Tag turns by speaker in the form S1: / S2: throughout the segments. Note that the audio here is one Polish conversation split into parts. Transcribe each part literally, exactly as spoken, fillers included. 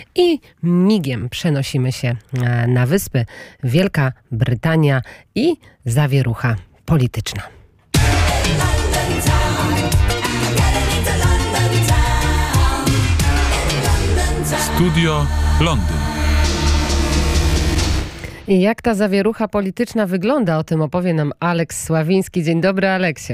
S1: I migiem przenosimy się na wyspy Wielka Brytania i zawierucha polityczna.
S2: Studio Londyn.
S1: I jak ta zawierucha polityczna wygląda, o tym opowie nam Aleks Sławiński. Dzień dobry, Aleksie.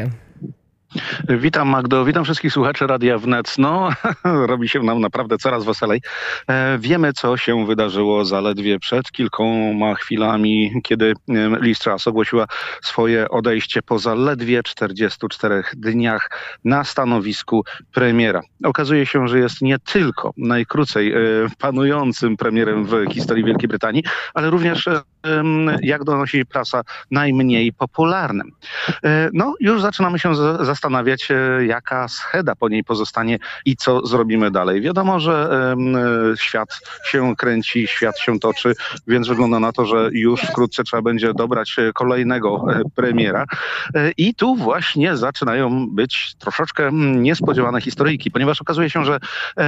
S3: Witam, Magdo, witam wszystkich słuchaczy Radia Wnet. No, robi się nam naprawdę coraz weselej. E, wiemy, co się wydarzyło zaledwie przed kilkoma chwilami, kiedy Liz Truss ogłosiła swoje odejście po zaledwie czterdziestu czterech dniach na stanowisku premiera. Okazuje się, że jest nie tylko najkrócej e, panującym premierem w historii Wielkiej Brytanii, ale również, e, jak donosi prasa, najmniej popularnym. E, no, już zaczynamy się z, zastanawiać, jaka scheda po niej pozostanie i co zrobimy dalej. Wiadomo, że e, świat się kręci, świat się toczy, więc wygląda na to, że już wkrótce trzeba będzie dobrać kolejnego e, premiera. E, I tu właśnie zaczynają być troszeczkę niespodziewane historyjki, ponieważ okazuje się, że e,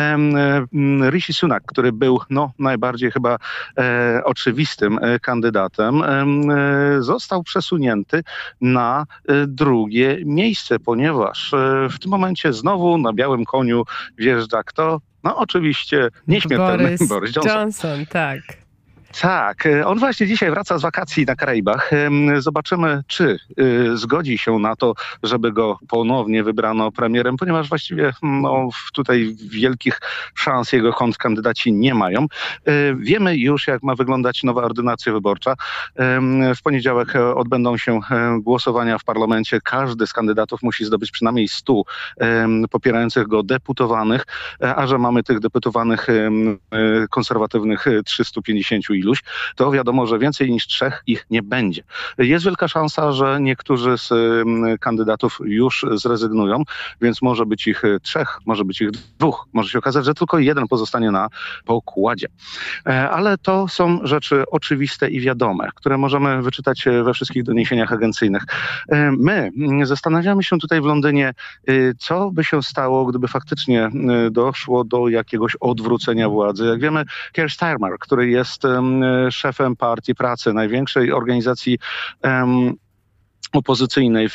S3: e, Rishi Sunak, który był no, najbardziej chyba e, oczywistym e, kandydatem, e, został przesunięty na e, drugie miejsce, ponieważ e, w tym momencie znowu na białym koniu wjeżdża kto? No oczywiście nieśmiertelny
S1: Boris,
S3: Boris Johnson.
S1: Johnson, tak.
S3: Tak, on właśnie dzisiaj wraca z wakacji na Karaibach. Zobaczymy, czy zgodzi się na to, żeby go ponownie wybrano premierem, ponieważ właściwie no, tutaj wielkich szans jego kontrkandydaci nie mają. Wiemy już, jak ma wyglądać nowa ordynacja wyborcza. W poniedziałek odbędą się głosowania w parlamencie. Każdy z kandydatów musi zdobyć przynajmniej stu popierających go deputowanych, a że mamy tych deputowanych konserwatywnych trzystu pięćdziesięciu iluś, to wiadomo, że więcej niż trzech ich nie będzie. Jest wielka szansa, że niektórzy z kandydatów już zrezygnują, więc może być ich trzech, może być ich dwóch. Może się okazać, że tylko jeden pozostanie na pokładzie. Ale to są rzeczy oczywiste i wiadome, które możemy wyczytać we wszystkich doniesieniach agencyjnych. My zastanawiamy się tutaj w Londynie, co by się stało, gdyby faktycznie doszło do jakiegoś odwrócenia władzy. Jak wiemy, Keir Starmer, który jest szefem Partii Pracy, największej organizacji um, opozycyjnej w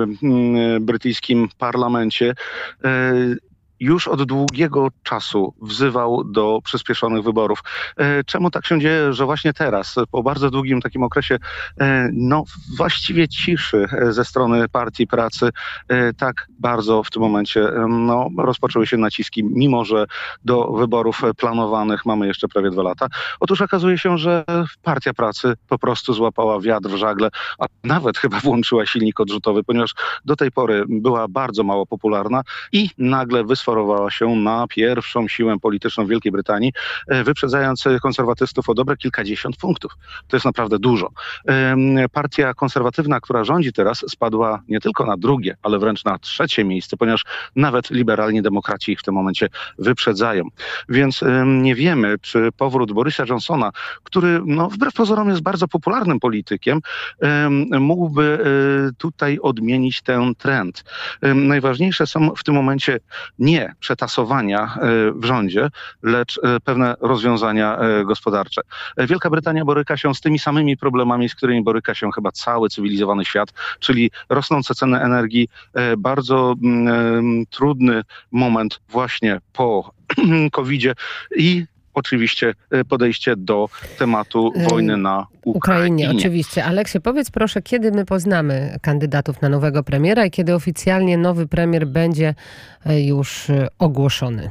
S3: um, brytyjskim parlamencie, um, już od długiego czasu wzywał do przyspieszonych wyborów. Czemu tak się dzieje, że właśnie teraz, po bardzo długim takim okresie, no właściwie ciszy ze strony Partii Pracy, tak bardzo w tym momencie no, rozpoczęły się naciski, mimo że do wyborów planowanych mamy jeszcze prawie dwa lata. Otóż okazuje się, że Partia Pracy po prostu złapała wiatr w żagle, a nawet chyba włączyła silnik odrzutowy, ponieważ do tej pory była bardzo mało popularna i nagle wysłała się na pierwszą siłę polityczną w Wielkiej Brytanii, wyprzedzając konserwatystów o dobre kilkadziesiąt punktów. To jest naprawdę dużo. Partia konserwatywna, która rządzi teraz, spadła nie tylko na drugie, ale wręcz na trzecie miejsce, ponieważ nawet liberalni demokraci ich w tym momencie wyprzedzają. Więc nie wiemy, czy powrót Borisa Johnsona, który no, wbrew pozorom jest bardzo popularnym politykiem, mógłby tutaj odmienić ten trend. Najważniejsze są w tym momencie nie przetasowania w rządzie, lecz pewne rozwiązania gospodarcze. Wielka Brytania boryka się z tymi samymi problemami, z którymi boryka się chyba cały cywilizowany świat, czyli rosnące ceny energii, bardzo mm, trudny moment właśnie po kowidzie i oczywiście podejście do tematu wojny na Ukrainie.
S1: Ukrainie. Oczywiście. Aleksie, powiedz proszę, kiedy my poznamy kandydatów na nowego premiera i kiedy oficjalnie nowy premier będzie już ogłoszony?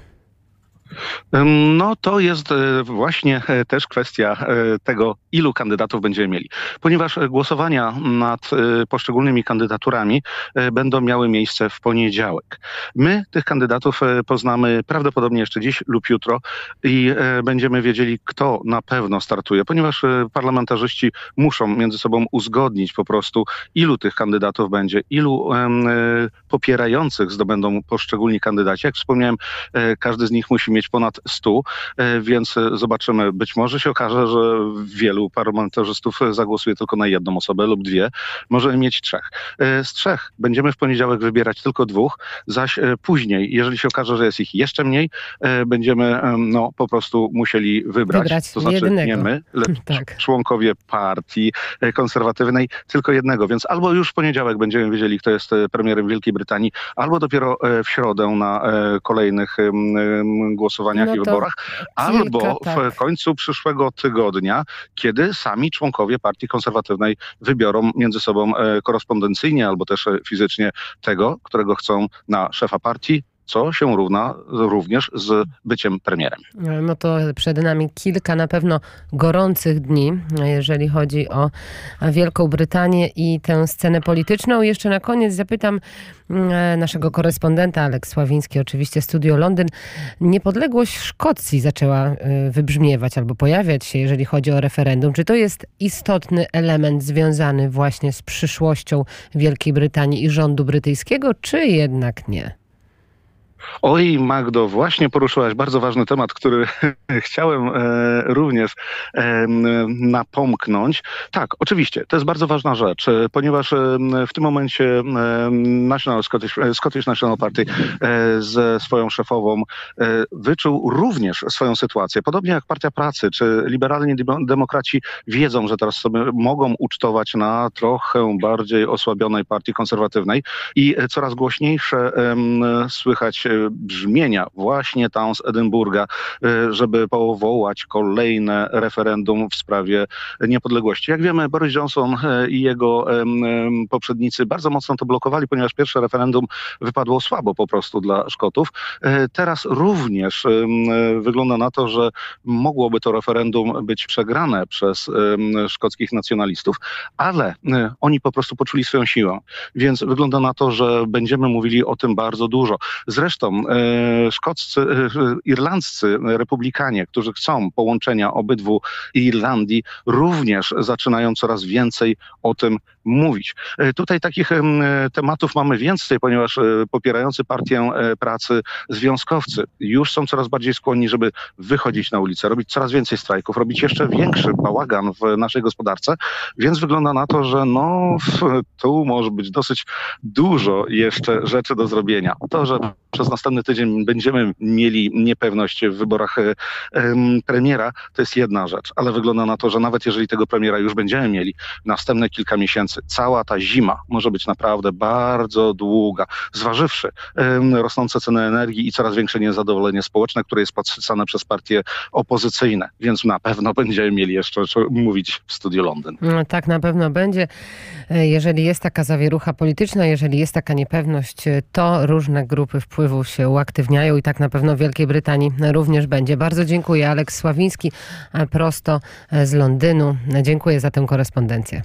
S3: No to jest właśnie też kwestia tego, ilu kandydatów będziemy mieli. Ponieważ głosowania nad poszczególnymi kandydaturami będą miały miejsce w poniedziałek. My tych kandydatów poznamy prawdopodobnie jeszcze dziś lub jutro i będziemy wiedzieli, kto na pewno startuje, ponieważ parlamentarzyści muszą między sobą uzgodnić po prostu, ilu tych kandydatów będzie, ilu popierających zdobędą poszczególni kandydaci. Jak wspomniałem, każdy z nich musi mieć ponad stu, więc zobaczymy. Być może się okaże, że wielu wielu parlamentarzystów zagłosuje tylko na jedną osobę lub dwie. Możemy mieć trzech. Z trzech będziemy w poniedziałek wybierać tylko dwóch, zaś później, jeżeli się okaże, że jest ich jeszcze mniej, będziemy no, po prostu musieli wybrać.
S1: wybrać
S3: to znaczy
S1: jednego.
S3: nie my, lecz
S1: tak.
S3: członkowie partii konserwatywnej, tylko jednego. Więc albo już w poniedziałek będziemy wiedzieli, kto jest premierem Wielkiej Brytanii, albo dopiero w środę na kolejnych głosowaniach
S1: no
S3: i wyborach,
S1: kilka,
S3: albo
S1: tak.
S3: w końcu przyszłego tygodnia, kiedy sami członkowie partii konserwatywnej wybiorą między sobą korespondencyjnie albo też fizycznie tego, którego chcą na szefa partii, co się równa również z byciem premierem.
S1: No to przed nami kilka na pewno gorących dni, jeżeli chodzi o Wielką Brytanię i tę scenę polityczną. Jeszcze na koniec zapytam naszego korespondenta, Aleks Sławiński, oczywiście Studio Londyn. Niepodległość Szkocji zaczęła wybrzmiewać albo pojawiać się, jeżeli chodzi o referendum. Czy to jest istotny element związany właśnie z przyszłością Wielkiej Brytanii i rządu brytyjskiego, czy jednak nie?
S3: Oj, Magdo, właśnie poruszyłaś bardzo ważny temat, który chciałem e, również e, napomknąć. Tak, oczywiście, to jest bardzo ważna rzecz, ponieważ e, w tym momencie e, National Scottish, Scottish National Party e, ze swoją szefową e, wyczuł również swoją sytuację. Podobnie jak Partia Pracy czy liberalni demokraci wiedzą, że teraz sobie mogą ucztować na trochę bardziej osłabionej partii konserwatywnej i coraz głośniejsze e, słychać brzmienia właśnie tam z Edynburga, żeby powołać kolejne referendum w sprawie niepodległości. Jak wiemy, Boris Johnson i jego poprzednicy bardzo mocno to blokowali, ponieważ pierwsze referendum wypadło słabo po prostu dla Szkotów. Teraz również wygląda na to, że mogłoby to referendum być przegrane przez szkockich nacjonalistów, ale oni po prostu poczuli swoją siłę. Więc wygląda na to, że będziemy mówili o tym bardzo dużo. Zresztą e, szkoccy, e, irlandzcy republikanie, którzy chcą połączenia obydwu Irlandii, również zaczynają coraz więcej o tym mówić. E, tutaj takich e, tematów mamy więcej, ponieważ e, popierający partię e, pracy związkowcy już są coraz bardziej skłonni, żeby wychodzić na ulicę, robić coraz więcej strajków, robić jeszcze większy bałagan w naszej gospodarce, więc wygląda na to, że no, tu może być dosyć dużo jeszcze rzeczy do zrobienia. To, że przez następny tydzień będziemy mieli niepewność w wyborach e, e, premiera, to jest jedna rzecz, ale wygląda na to, że nawet jeżeli tego premiera już będziemy mieli następne kilka miesięcy, cała ta zima może być naprawdę bardzo długa, zważywszy e, rosnące ceny energii i coraz większe niezadowolenie społeczne, które jest podsycane przez partie opozycyjne, więc na pewno będziemy mieli jeszcze mówić w Studiu Londyn.
S1: No, tak na pewno będzie. Jeżeli jest taka zawierucha polityczna, jeżeli jest taka niepewność, to różne grupy wpływu się uaktywniają i tak na pewno w Wielkiej Brytanii również będzie. Bardzo dziękuję. Aleks Sławiński prosto z Londynu. Dziękuję za tę korespondencję.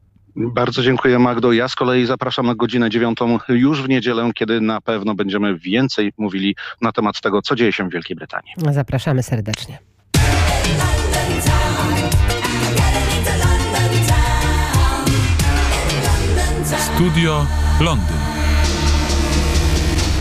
S3: Bardzo dziękuję, Magdo. Ja z kolei zapraszam na godzinę dziewiątą już w niedzielę, kiedy na pewno będziemy więcej mówili na temat tego, co dzieje się w Wielkiej Brytanii.
S1: Zapraszamy serdecznie.
S2: Studio Londyn.